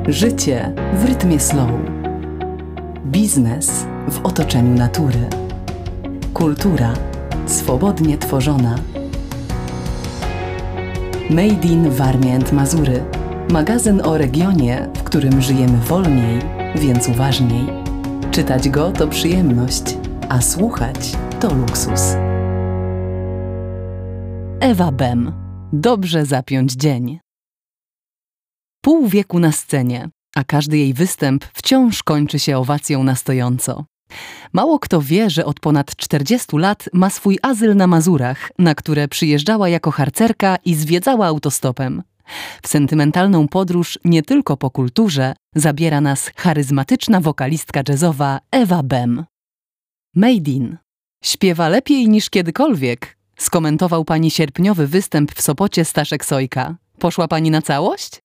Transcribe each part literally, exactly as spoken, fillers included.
Życie w rytmie slow. Biznes w otoczeniu natury. Kultura swobodnie tworzona. Made in Warmia and Mazury. Magazyn o regionie, w którym żyjemy wolniej, więc uważniej. Czytać go to przyjemność, a słuchać to luksus. Ewa Bem. Dobrze zapiąć dzień. Pół wieku na scenie, a każdy jej występ wciąż kończy się owacją na stojąco. Mało kto wie, że od ponad czterdziestu lat ma swój azyl na Mazurach, na które przyjeżdżała jako harcerka i zwiedzała autostopem. W sentymentalną podróż nie tylko po kulturze zabiera nas charyzmatyczna wokalistka jazzowa Ewa Bem. Made in. Śpiewa lepiej niż kiedykolwiek, skomentował pani sierpniowy występ w Sopocie Staszek Sojka. Poszła pani na całość?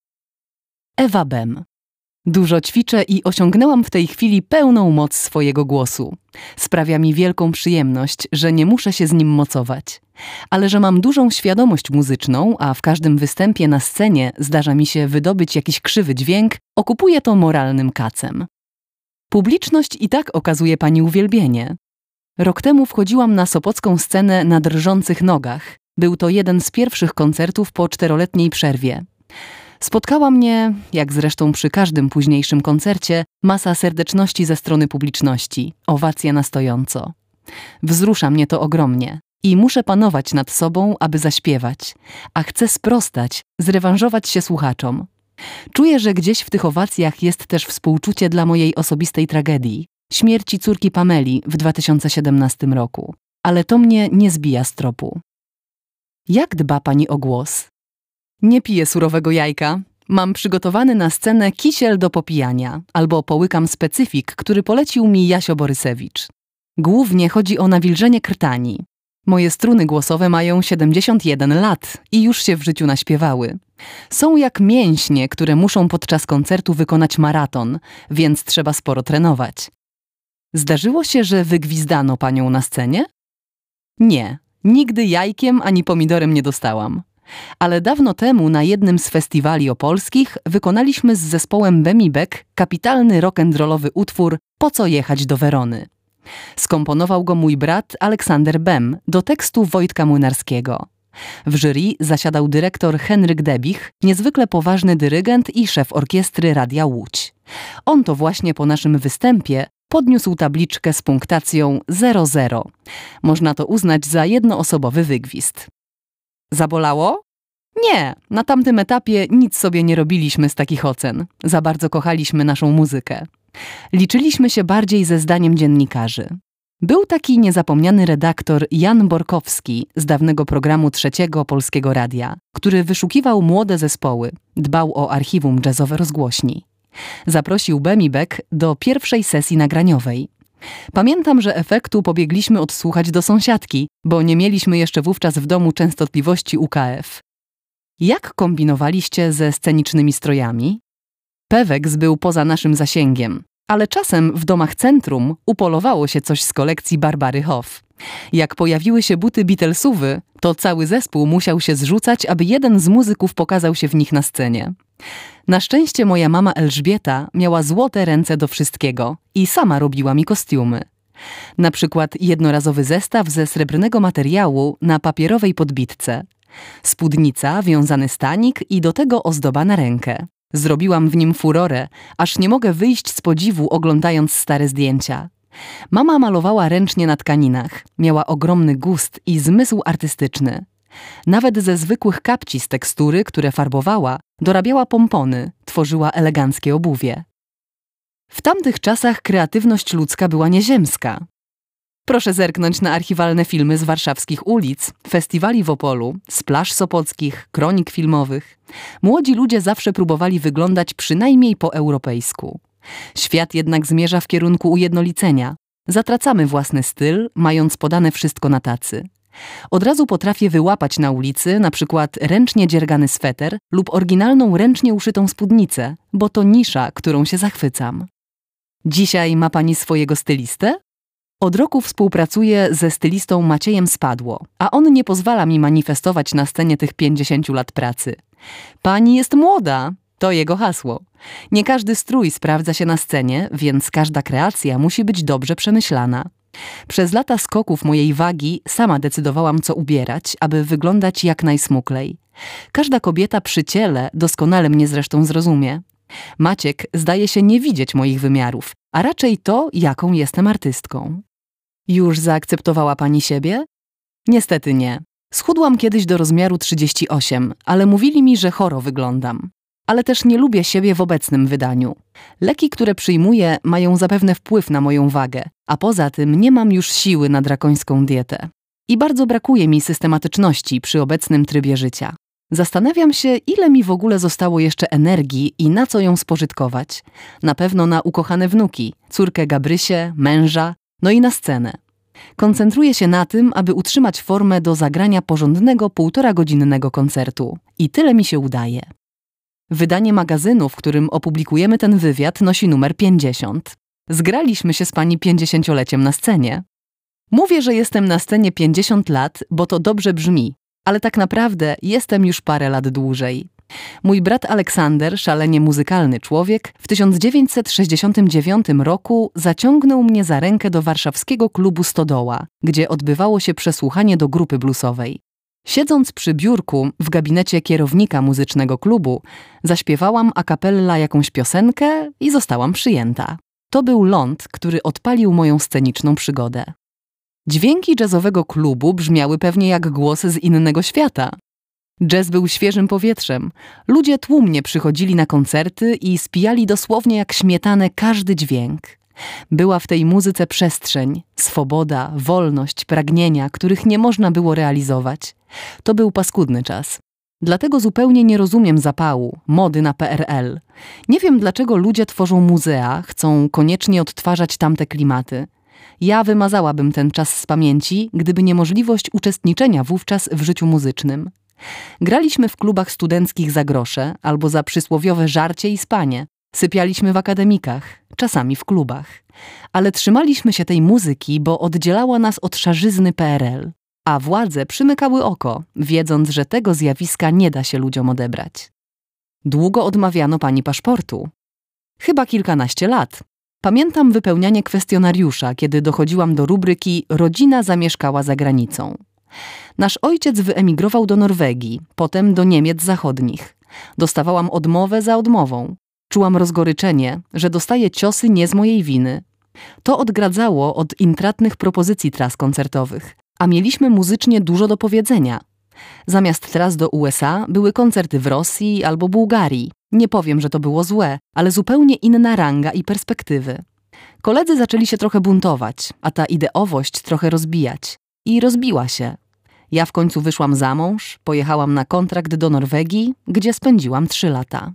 Ewa Bem. Dużo ćwiczę i osiągnęłam w tej chwili pełną moc swojego głosu. Sprawia mi wielką przyjemność, że nie muszę się z nim mocować. Ale że mam dużą świadomość muzyczną, a w każdym występie na scenie zdarza mi się wydobyć jakiś krzywy dźwięk, okupuję to moralnym kacem. Publiczność i tak okazuje pani uwielbienie. Rok temu wchodziłam na sopocką scenę na drżących nogach. Był to jeden z pierwszych koncertów po czteroletniej przerwie. Spotkała mnie, jak zresztą przy każdym późniejszym koncercie, masa serdeczności ze strony publiczności, owacja na stojąco. Wzrusza mnie to ogromnie i muszę panować nad sobą, aby zaśpiewać, a chcę sprostać, zrewanżować się słuchaczom. Czuję, że gdzieś w tych owacjach jest też współczucie dla mojej osobistej tragedii, śmierci córki Pameli w dwa tysiące siedemnastym roku, ale to mnie nie zbija z tropu. Jak dba pani o głos? Nie piję surowego jajka. Mam przygotowany na scenę kisiel do popijania albo połykam specyfik, który polecił mi Jasio Borysewicz. Głównie chodzi o nawilżenie krtani. Moje struny głosowe mają siedemdziesiąt jeden lat i już się w życiu naśpiewały. Są jak mięśnie, które muszą podczas koncertu wykonać maraton, więc trzeba sporo trenować. Zdarzyło się, że wygwizdano panią na scenie? Nie, nigdy jajkiem ani pomidorem nie dostałam. Ale dawno temu na jednym z festiwali opolskich wykonaliśmy z zespołem Bemibek kapitalny rock'n'rollowy utwór Po co jechać do Werony. Skomponował go mój brat Aleksander Bem do tekstu Wojtka Młynarskiego. W jury zasiadał dyrektor Henryk Debich, niezwykle poważny dyrygent i szef orkiestry Radia Łódź. On to właśnie po naszym występie podniósł tabliczkę z punktacją zero zero. Można to uznać za jednoosobowy wygwizd. Zabolało? Nie, na tamtym etapie nic sobie nie robiliśmy z takich ocen. Za bardzo kochaliśmy naszą muzykę. Liczyliśmy się bardziej ze zdaniem dziennikarzy. Był taki niezapomniany redaktor Jan Borkowski z dawnego programu Trzeciego Polskiego Radia, który wyszukiwał młode zespoły, dbał o archiwum jazzowe rozgłośni. Zaprosił Bemibek do pierwszej sesji nagraniowej. Pamiętam, że efektu pobiegliśmy odsłuchać do sąsiadki, bo nie mieliśmy jeszcze wówczas w domu częstotliwości U K F. Jak kombinowaliście ze scenicznymi strojami? Peweks był poza naszym zasięgiem, ale czasem w domach centrum upolowało się coś z kolekcji Barbary Hoff. Jak pojawiły się buty Beatlesowy, to cały zespół musiał się zrzucać, aby jeden z muzyków pokazał się w nich na scenie. Na szczęście moja mama Elżbieta miała złote ręce do wszystkiego i sama robiła mi kostiumy. Na przykład jednorazowy zestaw ze srebrnego materiału na papierowej podbitce. Spódnica, wiązany stanik i do tego ozdoba na rękę. Zrobiłam w nim furorę, aż nie mogę wyjść z podziwu oglądając stare zdjęcia. Mama malowała ręcznie na tkaninach, miała ogromny gust i zmysł artystyczny. Nawet ze zwykłych kapci z tekstury, które farbowała, dorabiała pompony, tworzyła eleganckie obuwie. W tamtych czasach kreatywność ludzka była nieziemska. Proszę zerknąć na archiwalne filmy z warszawskich ulic, festiwali w Opolu, z plaż sopockich, kronik filmowych. Młodzi ludzie zawsze próbowali wyglądać przynajmniej po europejsku. Świat jednak zmierza w kierunku ujednolicenia. Zatracamy własny styl, mając podane wszystko na tacy. Od razu potrafię wyłapać na ulicy na przykład ręcznie dziergany sweter lub oryginalną ręcznie uszytą spódnicę, bo to nisza, którą się zachwycam. Dzisiaj ma pani swojego stylistę? Od roku współpracuję ze stylistą Maciejem Spadło, a on nie pozwala mi manifestować na scenie tych pięćdziesięciu lat pracy. Pani jest młoda, To jego hasło. Nie każdy strój sprawdza się na scenie, więc każda kreacja musi być dobrze przemyślana. Przez lata skoków mojej wagi sama decydowałam, co ubierać, aby wyglądać jak najsmuklej. Każda kobieta przy ciele doskonale mnie zresztą zrozumie. Maciek zdaje się nie widzieć moich wymiarów, a raczej to, jaką jestem artystką. Już zaakceptowała pani siebie? Niestety nie. Schudłam kiedyś do rozmiaru trzydzieści osiem, ale mówili mi, że choro wyglądam. Ale też nie lubię siebie w obecnym wydaniu. Leki, które przyjmuję, mają zapewne wpływ na moją wagę, a poza tym nie mam już siły na drakońską dietę. I bardzo brakuje mi systematyczności przy obecnym trybie życia. Zastanawiam się, ile mi w ogóle zostało jeszcze energii i na co ją spożytkować. Na pewno na ukochane wnuki, córkę Gabrysię, męża, no i na scenę. Koncentruję się na tym, aby utrzymać formę do zagrania porządnego półtoragodzinnego koncertu. I tyle mi się udaje. Wydanie magazynu, w którym opublikujemy ten wywiad, nosi numer pięćdziesiąt. Zgraliśmy się z pani pięćdziesięcioleciem na scenie. Mówię, że jestem na scenie pięćdziesiąt lat, bo to dobrze brzmi, ale tak naprawdę jestem już parę lat dłużej. Mój brat Aleksander, szalenie muzykalny człowiek, w tysiąc dziewięćset sześćdziesiątym dziewiątym roku zaciągnął mnie za rękę do warszawskiego klubu Stodoła, gdzie odbywało się przesłuchanie do grupy bluesowej. Siedząc przy biurku w gabinecie kierownika muzycznego klubu, zaśpiewałam a cappella jakąś piosenkę i zostałam przyjęta. To był ląd, który odpalił moją sceniczną przygodę. Dźwięki jazzowego klubu brzmiały pewnie jak głosy z innego świata. Jazz był świeżym powietrzem. Ludzie tłumnie przychodzili na koncerty i spijali dosłownie jak śmietanę każdy dźwięk. Była w tej muzyce przestrzeń, swoboda, wolność, pragnienia, których nie można było realizować. To był paskudny czas. Dlatego zupełnie nie rozumiem zapału, mody na P R L. Nie wiem, dlaczego ludzie tworzą muzea, chcą koniecznie odtwarzać tamte klimaty. Ja wymazałabym ten czas z pamięci, gdyby niemożliwość uczestniczenia wówczas w życiu muzycznym. Graliśmy w klubach studenckich za grosze albo za przysłowiowe żarcie i spanie. Sypialiśmy w akademikach, czasami w klubach. Ale trzymaliśmy się tej muzyki, bo oddzielała nas od szarzyzny P R L. A władze przymykały oko, wiedząc, że tego zjawiska nie da się ludziom odebrać. Długo odmawiano pani paszportu. Chyba kilkanaście lat. Pamiętam wypełnianie kwestionariusza, kiedy dochodziłam do rubryki „Rodzina zamieszkała za granicą”. Nasz ojciec wyemigrował do Norwegii, potem do Niemiec Zachodnich. Dostawałam odmowę za odmową. Czułam rozgoryczenie, że dostaję ciosy nie z mojej winy. To odgradzało od intratnych propozycji tras koncertowych, a mieliśmy muzycznie dużo do powiedzenia. Zamiast tras do U S A były koncerty w Rosji albo Bułgarii. Nie powiem, że to było złe, ale zupełnie inna ranga i perspektywy. Koledzy zaczęli się trochę buntować, a ta ideowość trochę rozbijać. I rozbiła się. Ja w końcu wyszłam za mąż, pojechałam na kontrakt do Norwegii, gdzie spędziłam trzy lata.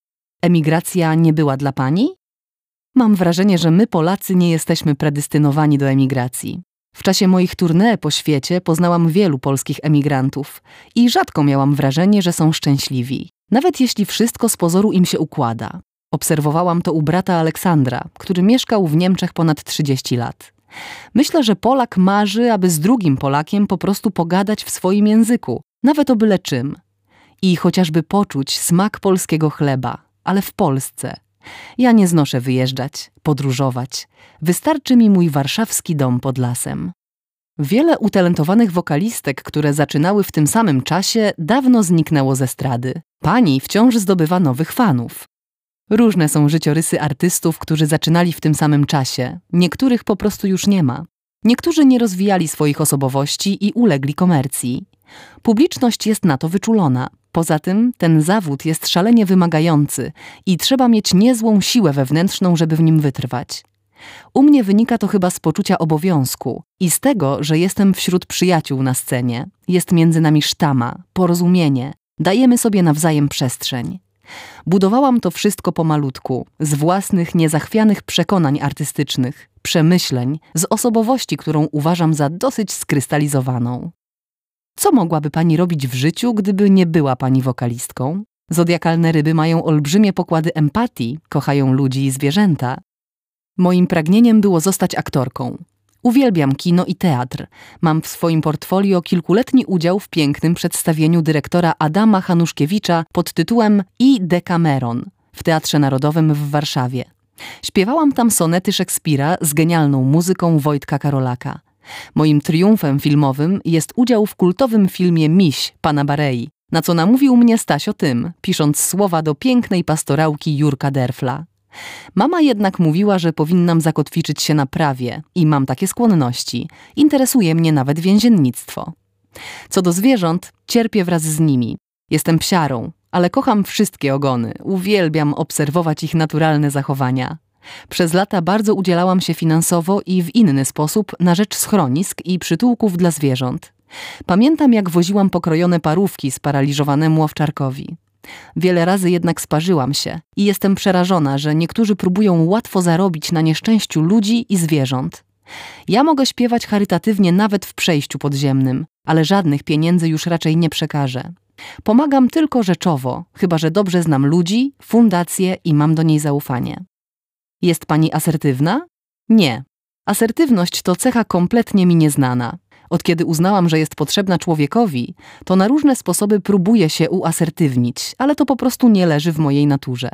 Emigracja nie była dla pani? Mam wrażenie, że my Polacy nie jesteśmy predestynowani do emigracji. W czasie moich tournée po świecie poznałam wielu polskich emigrantów i rzadko miałam wrażenie, że są szczęśliwi. Nawet jeśli wszystko z pozoru im się układa. Obserwowałam to u brata Aleksandra, który mieszkał w Niemczech ponad trzydzieści lat. Myślę, że Polak marzy, aby z drugim Polakiem po prostu pogadać w swoim języku, nawet o byle czym. I chociażby poczuć smak polskiego chleba, ale w Polsce. Ja nie znoszę wyjeżdżać, podróżować. Wystarczy mi mój warszawski dom pod lasem. Wiele utalentowanych wokalistek, które zaczynały w tym samym czasie, dawno zniknęło z estrady. Pani wciąż zdobywa nowych fanów. Różne są życiorysy artystów, którzy zaczynali w tym samym czasie. Niektórych po prostu już nie ma. Niektórzy nie rozwijali swoich osobowości i ulegli komercji. Publiczność jest na to wyczulona. Poza tym ten zawód jest szalenie wymagający i trzeba mieć niezłą siłę wewnętrzną, żeby w nim wytrwać. U mnie wynika to chyba z poczucia obowiązku i z tego, że jestem wśród przyjaciół na scenie. Jest między nami sztama, porozumienie. Dajemy sobie nawzajem przestrzeń. Budowałam to wszystko pomalutku, z własnych niezachwianych przekonań artystycznych, przemyśleń, z osobowości, którą uważam za dosyć skrystalizowaną. Co mogłaby pani robić w życiu, gdyby nie była pani wokalistką? Zodiakalne ryby mają olbrzymie pokłady empatii, kochają ludzi i zwierzęta. Moim pragnieniem było zostać aktorką. Uwielbiam kino i teatr. Mam w swoim portfolio kilkuletni udział w pięknym przedstawieniu dyrektora Adama Hanuszkiewicza pod tytułem I Decameron w Teatrze Narodowym w Warszawie. Śpiewałam tam sonety Szekspira z genialną muzyką Wojtka Karolaka. Moim triumfem filmowym jest udział w kultowym filmie Miś pana Barei, na co namówił mnie Stasio Tym, pisząc słowa do pięknej pastorałki Jurka Derfla. Mama jednak mówiła, że powinnam zakotwiczyć się na prawie i mam takie skłonności. Interesuje mnie nawet więziennictwo. Co do zwierząt, cierpię wraz z nimi. Jestem psiarą, ale kocham wszystkie ogony. Uwielbiam obserwować ich naturalne zachowania. Przez lata bardzo udzielałam się finansowo i w inny sposób na rzecz schronisk i przytułków dla zwierząt. Pamiętam, jak woziłam pokrojone parówki sparaliżowanemu owczarkowi. Wiele razy jednak sparzyłam się i jestem przerażona, że niektórzy próbują łatwo zarobić na nieszczęściu ludzi i zwierząt. Ja mogę śpiewać charytatywnie nawet w przejściu podziemnym, ale żadnych pieniędzy już raczej nie przekażę. Pomagam tylko rzeczowo, chyba że dobrze znam ludzi, fundację i mam do niej zaufanie. Jest pani asertywna? Nie. Asertywność to cecha kompletnie mi nieznana. Od kiedy uznałam, że jest potrzebna człowiekowi, to na różne sposoby próbuję się uasertywnić, ale to po prostu nie leży w mojej naturze.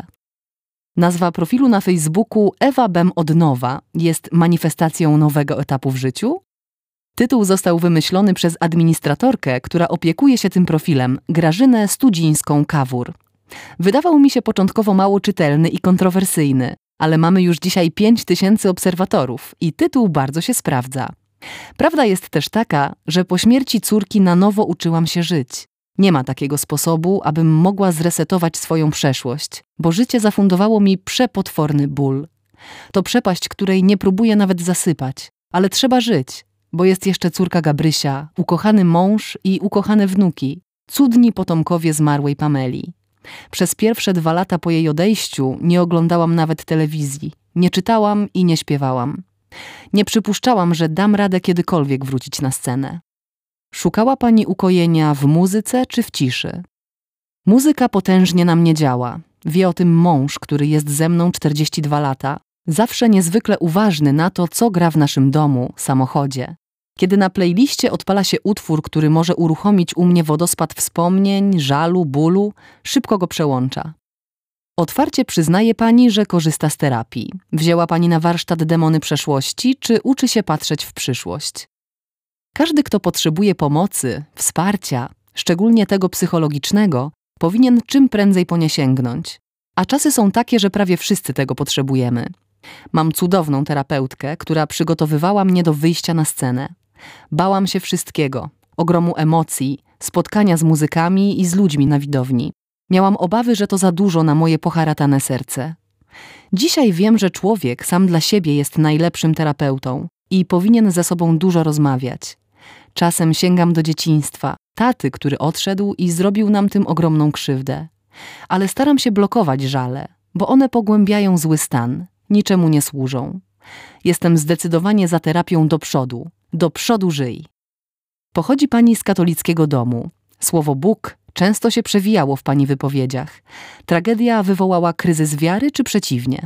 Nazwa profilu na Facebooku Ewa Bem od nowa jest manifestacją nowego etapu w życiu? Tytuł został wymyślony przez administratorkę, która opiekuje się tym profilem, Grażynę Studzińską-Kawór. Wydawał mi się początkowo mało czytelny i kontrowersyjny, ale mamy już dzisiaj pięć tysięcy obserwatorów i tytuł bardzo się sprawdza. Prawda jest też taka, że po śmierci córki na nowo uczyłam się żyć. Nie ma takiego sposobu, abym mogła zresetować swoją przeszłość, bo życie zafundowało mi przepotworny ból. To przepaść, której nie próbuję nawet zasypać, ale trzeba żyć, bo jest jeszcze córka Gabrysia, ukochany mąż i ukochane wnuki, cudni potomkowie zmarłej Pameli. Przez pierwsze dwa lata po jej odejściu nie oglądałam nawet telewizji, nie czytałam i nie śpiewałam. Nie przypuszczałam, że dam radę kiedykolwiek wrócić na scenę. Szukała pani ukojenia w muzyce czy w ciszy? Muzyka potężnie na mnie działa. Wie o tym mąż, który jest ze mną czterdzieści dwa lata, zawsze niezwykle uważny na to, co gra w naszym domu, samochodzie. Kiedy na playliście odpala się utwór, który może uruchomić u mnie wodospad wspomnień, żalu, bólu, szybko go przełącza. Otwarcie przyznaje pani, że korzysta z terapii. Wzięła pani na warsztat demony przeszłości, czy uczy się patrzeć w przyszłość? Każdy, kto potrzebuje pomocy, wsparcia, szczególnie tego psychologicznego, powinien czym prędzej po nie sięgnąć. A czasy są takie, że prawie wszyscy tego potrzebujemy. Mam cudowną terapeutkę, która przygotowywała mnie do wyjścia na scenę. Bałam się wszystkiego, ogromu emocji, spotkania z muzykami i z ludźmi na widowni. Miałam obawy, że to za dużo na moje poharatane serce. Dzisiaj wiem, że człowiek sam dla siebie jest najlepszym terapeutą i powinien ze sobą dużo rozmawiać. Czasem sięgam do dzieciństwa, taty, który odszedł i zrobił nam tym ogromną krzywdę. Ale staram się blokować żale, bo one pogłębiają zły stan, niczemu nie służą. Jestem zdecydowanie za terapią do przodu. Do przodu żyj. Pochodzi pani z katolickiego domu. Słowo Bóg często się przewijało w pani wypowiedziach. Tragedia wywołała kryzys wiary, czy przeciwnie?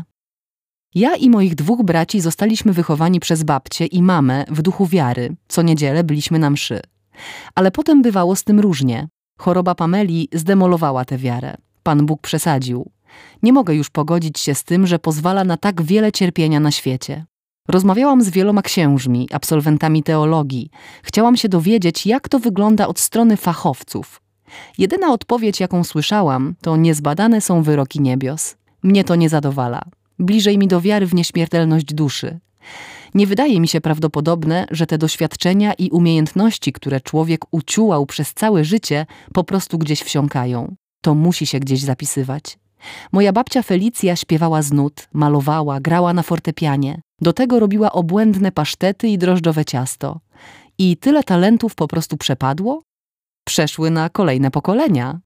Ja i moich dwóch braci zostaliśmy wychowani przez babcię i mamę w duchu wiary. Co niedzielę byliśmy na mszy. Ale potem bywało z tym różnie. Choroba Pameli zdemolowała tę wiarę. Pan Bóg przesadził. Nie mogę już pogodzić się z tym, że pozwala na tak wiele cierpienia na świecie. Rozmawiałam z wieloma księżmi, absolwentami teologii. Chciałam się dowiedzieć, jak to wygląda od strony fachowców. Jedyna odpowiedź, jaką słyszałam, to niezbadane są wyroki niebios. Mnie to nie zadowala. Bliżej mi do wiary w nieśmiertelność duszy. Nie wydaje mi się prawdopodobne, że te doświadczenia i umiejętności, które człowiek uciułał przez całe życie, po prostu gdzieś wsiąkają. To musi się gdzieś zapisywać. Moja babcia Felicja śpiewała z nut, malowała, grała na fortepianie. Do tego robiła obłędne pasztety i drożdżowe ciasto. I tyle talentów po prostu przepadło? Przeszły na kolejne pokolenia.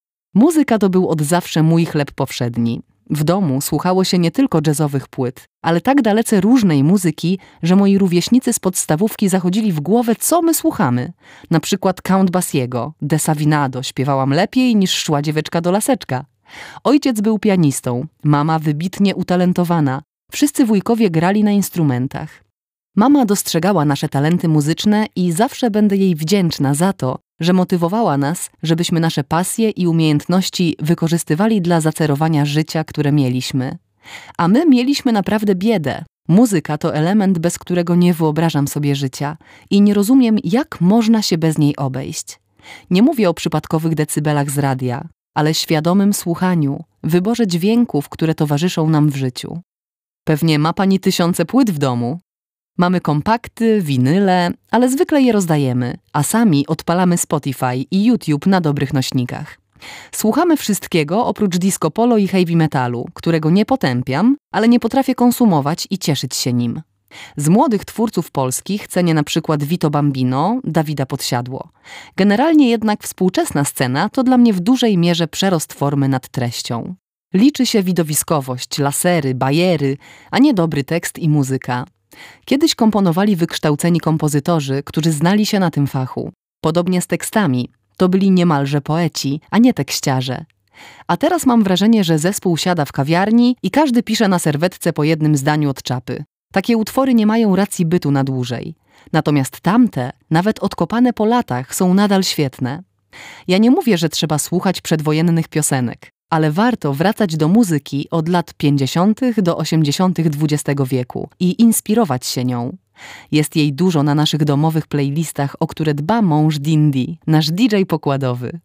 Muzyka to był od zawsze mój chleb powszedni. W domu słuchało się nie tylko jazzowych płyt, ale tak dalece różnej muzyki, że moi rówieśnicy z podstawówki zachodzili w głowę, co my słuchamy. Na przykład Count Basiego, Desafinado śpiewałam lepiej niż szła dzieweczka do laseczka. Ojciec był pianistą, mama wybitnie utalentowana. Wszyscy wujkowie grali na instrumentach. Mama dostrzegała nasze talenty muzyczne i zawsze będę jej wdzięczna za to, że motywowała nas, żebyśmy nasze pasje i umiejętności wykorzystywali dla zacerowania życia, które mieliśmy. A my mieliśmy naprawdę biedę. Muzyka to element, bez którego nie wyobrażam sobie życia i nie rozumiem, jak można się bez niej obejść. Nie mówię o przypadkowych decybelach z radia, ale świadomym słuchaniu, wyborze dźwięków, które towarzyszą nam w życiu. Pewnie ma pani tysiące płyt w domu. Mamy kompakty, winyle, ale zwykle je rozdajemy, a sami odpalamy Spotify i YouTube na dobrych nośnikach. Słuchamy wszystkiego oprócz disco polo i heavy metalu, którego nie potępiam, ale nie potrafię konsumować i cieszyć się nim. Z młodych twórców polskich cenię na przykład Vito Bambino, Dawida Podsiadło. Generalnie jednak współczesna scena to dla mnie w dużej mierze przerost formy nad treścią. Liczy się widowiskowość, lasery, bajery, a nie dobry tekst i muzyka. Kiedyś komponowali wykształceni kompozytorzy, którzy znali się na tym fachu. Podobnie z tekstami. To byli niemalże poeci, a nie tekściarze. A teraz mam wrażenie, że zespół siada w kawiarni i każdy pisze na serwetce po jednym zdaniu od czapy. Takie utwory nie mają racji bytu na dłużej. Natomiast tamte, nawet odkopane po latach, są nadal świetne. Ja nie mówię, że trzeba słuchać przedwojennych piosenek, ale warto wracać do muzyki od lat pięćdziesiątych do osiemdziesiątych dwudziestego wieku i inspirować się nią. Jest jej dużo na naszych domowych playlistach, o które dba mąż Dindy, nasz D J pokładowy.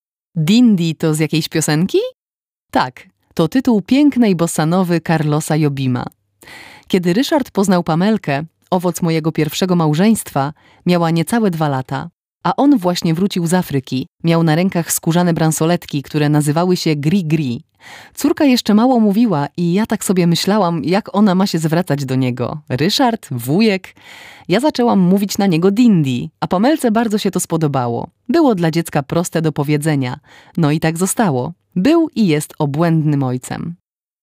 Dindy to z jakiejś piosenki? Tak, to tytuł pięknej bossanowy Carlosa Jobima. Kiedy Ryszard poznał Pamelkę, owoc mojego pierwszego małżeństwa, miała niecałe dwa lata, a on właśnie wrócił z Afryki. Miał na rękach skórzane bransoletki, które nazywały się Gri Gri. Córka jeszcze mało mówiła i ja tak sobie myślałam, jak ona ma się zwracać do niego. Ryszard, wujek. Ja zaczęłam mówić na niego Dindy, a Pamelce bardzo się to spodobało. Było dla dziecka proste do powiedzenia. No i tak zostało. Był i jest obłędnym ojcem.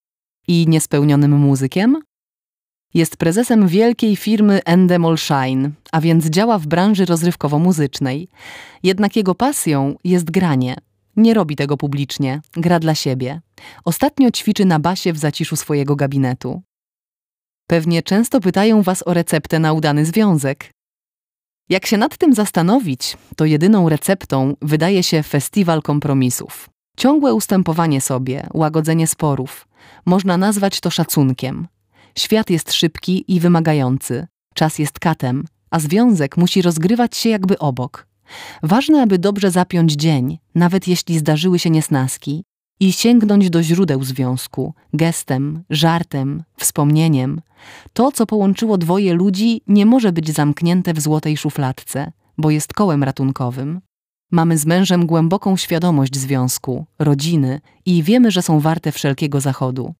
I niespełnionym muzykiem? Jest prezesem wielkiej firmy Endemol Shine, a więc działa w branży rozrywkowo-muzycznej. Jednak jego pasją jest granie. Nie robi tego publicznie, gra dla siebie. Ostatnio ćwiczy na basie w zaciszu swojego gabinetu. Pewnie często pytają was o receptę na udany związek. Jak się nad tym zastanowić, to jedyną receptą wydaje się festiwal kompromisów. Ciągłe ustępowanie sobie, łagodzenie sporów. Można nazwać to szacunkiem. Świat jest szybki i wymagający, czas jest katem, a związek musi rozgrywać się jakby obok. Ważne, aby dobrze zapiąć dzień, nawet jeśli zdarzyły się niesnaski, i sięgnąć do źródeł związku, gestem, żartem, wspomnieniem. To, co połączyło dwoje ludzi, nie może być zamknięte w złotej szufladce, bo jest kołem ratunkowym. Mamy z mężem głęboką świadomość związku, rodziny i wiemy, że są warte wszelkiego zachodu.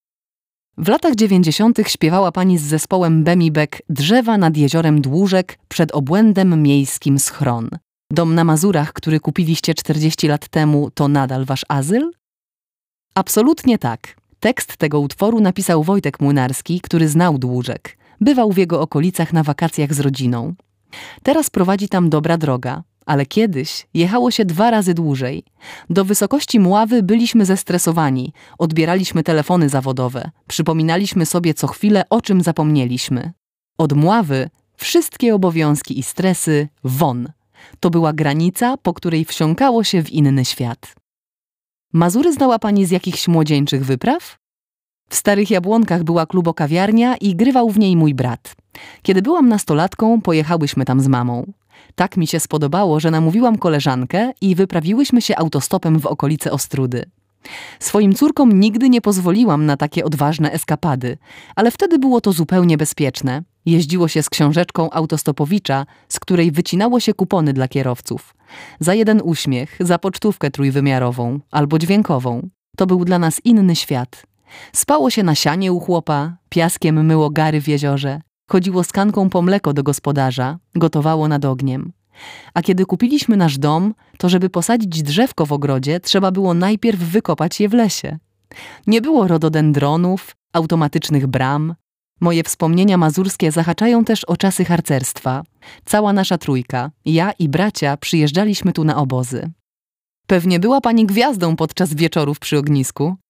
W latach dziewięćdziesiątych śpiewała pani z zespołem Bemi Beck Drzewa nad jeziorem Dłużek przed obłędem miejskim Schron. Dom na Mazurach, który kupiliście czterdzieści lat temu, to nadal wasz azyl? Absolutnie tak. Tekst tego utworu napisał Wojtek Młynarski, który znał Dłużek. Bywał w jego okolicach na wakacjach z rodziną. Teraz prowadzi tam dobra droga, ale kiedyś jechało się dwa razy dłużej. Do wysokości Mławy byliśmy zestresowani, odbieraliśmy telefony zawodowe, przypominaliśmy sobie co chwilę, o czym zapomnieliśmy. Od Mławy wszystkie obowiązki i stresy won. To była granica, po której wsiąkało się w inny świat. Mazury znała pani z jakichś młodzieńczych wypraw? W Starych Jabłonkach była klubokawiarnia i grywał w niej mój brat. Kiedy byłam nastolatką, pojechałyśmy tam z mamą. Tak mi się spodobało, że namówiłam koleżankę i wyprawiłyśmy się autostopem w okolice Ostródy. Swoim córkom nigdy nie pozwoliłam na takie odważne eskapady, ale wtedy było to zupełnie bezpieczne. Jeździło się z książeczką autostopowicza, z której wycinało się kupony dla kierowców. Za jeden uśmiech, za pocztówkę trójwymiarową albo dźwiękową. To był dla nas inny świat. Spało się na sianie u chłopa, piaskiem myło gary w jeziorze, chodziło z kanką po mleko do gospodarza, gotowało nad ogniem. A kiedy kupiliśmy nasz dom, to żeby posadzić drzewko w ogrodzie, trzeba było najpierw wykopać je w lesie. Nie było rododendronów, automatycznych bram. Moje wspomnienia mazurskie zahaczają też o czasy harcerstwa. Cała nasza trójka, ja i bracia, przyjeżdżaliśmy tu na obozy. Pewnie była pani gwiazdą podczas wieczorów przy ognisku?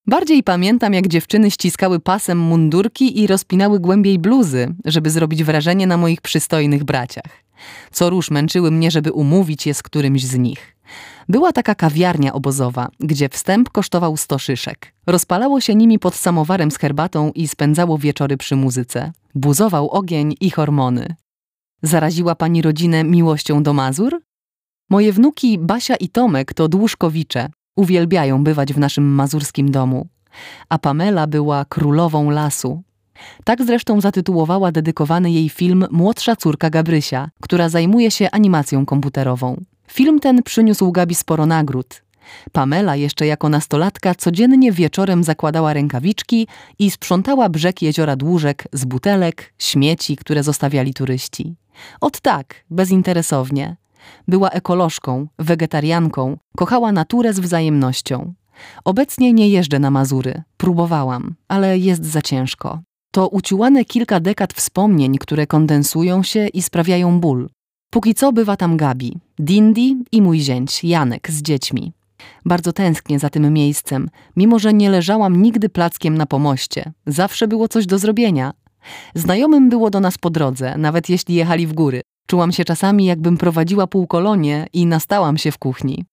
Bardziej pamiętam, jak dziewczyny ściskały pasem mundurki i rozpinały głębiej bluzy, żeby zrobić wrażenie na moich przystojnych braciach. Co rusz męczyły mnie, żeby umówić je z którymś z nich. Była taka kawiarnia obozowa, gdzie wstęp kosztował sto szyszek. Rozpalało się nimi pod samowarem z herbatą i spędzało wieczory przy muzyce. Buzował ogień i hormony. Zaraziła pani rodzinę miłością do Mazur? Moje wnuki Basia i Tomek to Dłużkowicze. Uwielbiają bywać w naszym mazurskim domu. A Pamela była królową lasu. Tak zresztą zatytułowała dedykowany jej film Młodsza córka Gabrysia, która zajmuje się animacją komputerową. Film ten przyniósł Gabi sporo nagród. Pamela jeszcze jako nastolatka codziennie wieczorem zakładała rękawiczki i sprzątała brzeg jeziora Dłużek z butelek, śmieci, które zostawiali turyści. Ot tak, bezinteresownie. Była ekolożką, wegetarianką, kochała naturę z wzajemnością. Obecnie nie jeżdżę na Mazury. Próbowałam, ale jest za ciężko. To uciułane kilka dekad wspomnień, które kondensują się i sprawiają ból. Póki co bywa tam Gabi, Dindy i mój zięć, Janek, z dziećmi. Bardzo tęsknię za tym miejscem, mimo że nie leżałam nigdy plackiem na pomoście. Zawsze było coś do zrobienia. Znajomym było do nas po drodze, nawet jeśli jechali w góry. Czułam się czasami, jakbym prowadziła półkolonie i nastałam się w kuchni.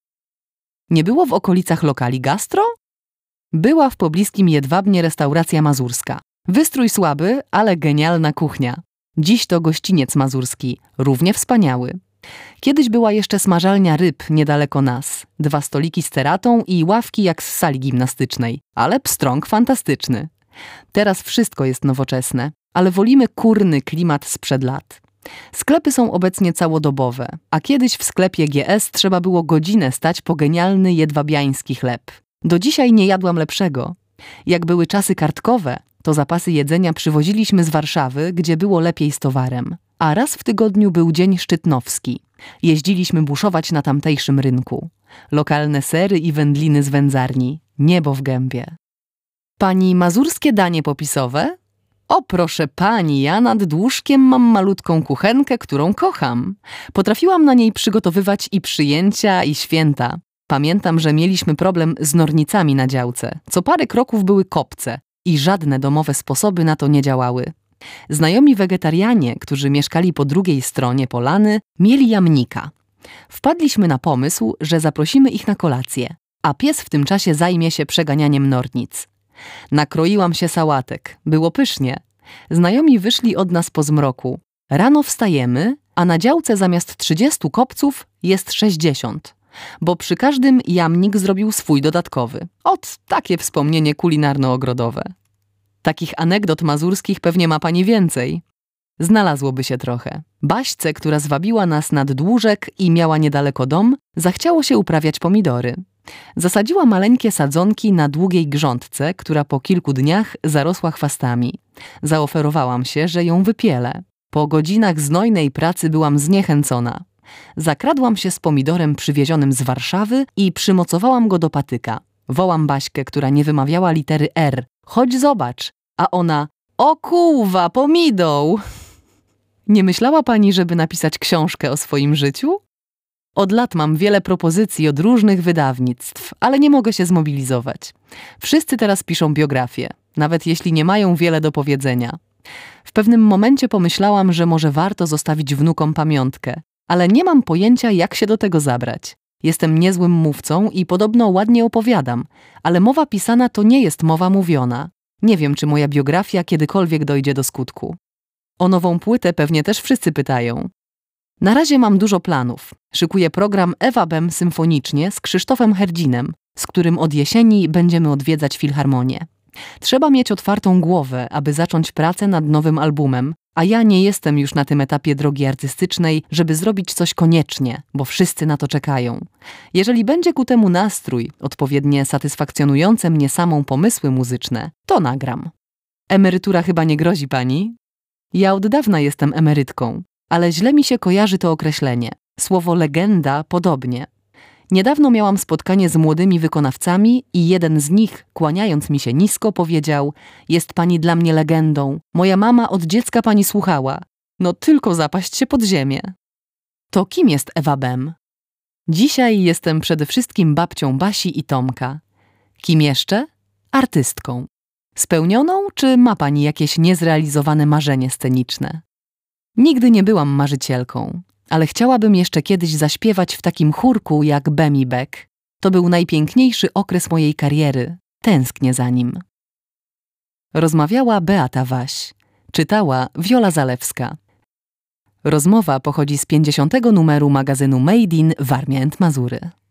Nie było w okolicach lokali gastro? Była w pobliskim Jedwabnie restauracja mazurska. Wystrój słaby, ale genialna kuchnia. Dziś to gościniec mazurski, równie wspaniały. Kiedyś była jeszcze smażalnia ryb niedaleko nas. Dwa stoliki z ceratą i ławki jak z sali gimnastycznej, ale pstrąg fantastyczny. Teraz wszystko jest nowoczesne, ale wolimy kurny klimat sprzed lat. Sklepy są obecnie całodobowe, a kiedyś w sklepie G S trzeba było godzinę stać po genialny jedwabiański chleb. Do dzisiaj nie jadłam lepszego. Jak były czasy kartkowe, to zapasy jedzenia przywoziliśmy z Warszawy, gdzie było lepiej z towarem. A raz w tygodniu był dzień szczytnowski. Jeździliśmy buszować na tamtejszym rynku. Lokalne sery i wędliny z wędzarni. Niebo w gębie. Pani mazurskie danie popisowe? O proszę pani, ja nad Dłużkiem mam malutką kuchenkę, którą kocham. Potrafiłam na niej przygotowywać i przyjęcia, i święta. Pamiętam, że mieliśmy problem z nornicami na działce. Co parę kroków były kopce i żadne domowe sposoby na to nie działały. Znajomi wegetarianie, którzy mieszkali po drugiej stronie polany, mieli jamnika. Wpadliśmy na pomysł, że zaprosimy ich na kolację, a pies w tym czasie zajmie się przeganianiem nornic. Nakroiłam się sałatek. Było pysznie. Znajomi wyszli od nas po zmroku. Rano wstajemy, a na działce zamiast trzydziestu kopców jest sześćdziesiąt. Bo przy każdym jamnik zrobił swój dodatkowy. Ot, takie wspomnienie kulinarno-ogrodowe. Takich anegdot mazurskich pewnie ma pani więcej. Znalazłoby się trochę. Baśce, która zwabiła nas nad Dłużek i miała niedaleko dom, zachciało się uprawiać pomidory. Zasadziła maleńkie sadzonki na długiej grządce, która po kilku dniach zarosła chwastami. Zaoferowałam się, że ją wypielę. Po godzinach znojnej pracy byłam zniechęcona. Zakradłam się z pomidorem przywiezionym z Warszawy i przymocowałam go do patyka. Wołam Baśkę, która nie wymawiała litery R. Chodź zobacz. A ona, o kuwa, pomidą! Nie myślała pani, żeby napisać książkę o swoim życiu? Od lat mam wiele propozycji od różnych wydawnictw, ale nie mogę się zmobilizować. Wszyscy teraz piszą biografię, nawet jeśli nie mają wiele do powiedzenia. W pewnym momencie pomyślałam, że może warto zostawić wnukom pamiątkę, ale nie mam pojęcia, jak się do tego zabrać. Jestem niezłym mówcą i podobno ładnie opowiadam, ale mowa pisana to nie jest mowa mówiona. Nie wiem, czy moja biografia kiedykolwiek dojdzie do skutku. O nową płytę pewnie też wszyscy pytają. Na razie mam dużo planów. Szykuję program Ewa Bem symfonicznie z Krzysztofem Herdzinem, z którym od jesieni będziemy odwiedzać filharmonię. Trzeba mieć otwartą głowę, aby zacząć pracę nad nowym albumem, a ja nie jestem już na tym etapie drogi artystycznej, żeby zrobić coś koniecznie, bo wszyscy na to czekają. Jeżeli będzie ku temu nastrój, odpowiednie satysfakcjonujące mnie samą pomysły muzyczne, to nagram. Emerytura chyba nie grozi pani? Ja od dawna jestem emerytką, ale źle mi się kojarzy to określenie. Słowo legenda podobnie. Niedawno miałam spotkanie z młodymi wykonawcami i jeden z nich, kłaniając mi się nisko, powiedział: jest pani dla mnie legendą. Moja mama od dziecka pani słuchała. No tylko zapaść się pod ziemię. To kim jest Ewa Bem? Dzisiaj jestem przede wszystkim babcią Basi i Tomka. Kim jeszcze? artystką. Spełnioną, czy ma pani jakieś niezrealizowane marzenie sceniczne? Nigdy nie byłam marzycielką, ale chciałabym jeszcze kiedyś zaśpiewać w takim chórku jak Bemi Beck. To był najpiękniejszy okres mojej kariery. Tęsknię za nim. Rozmawiała Beata Waś. Czytała Wiola Zalewska. Rozmowa pochodzi z pięćdziesiątego numeru magazynu Made in Warmia and Mazury.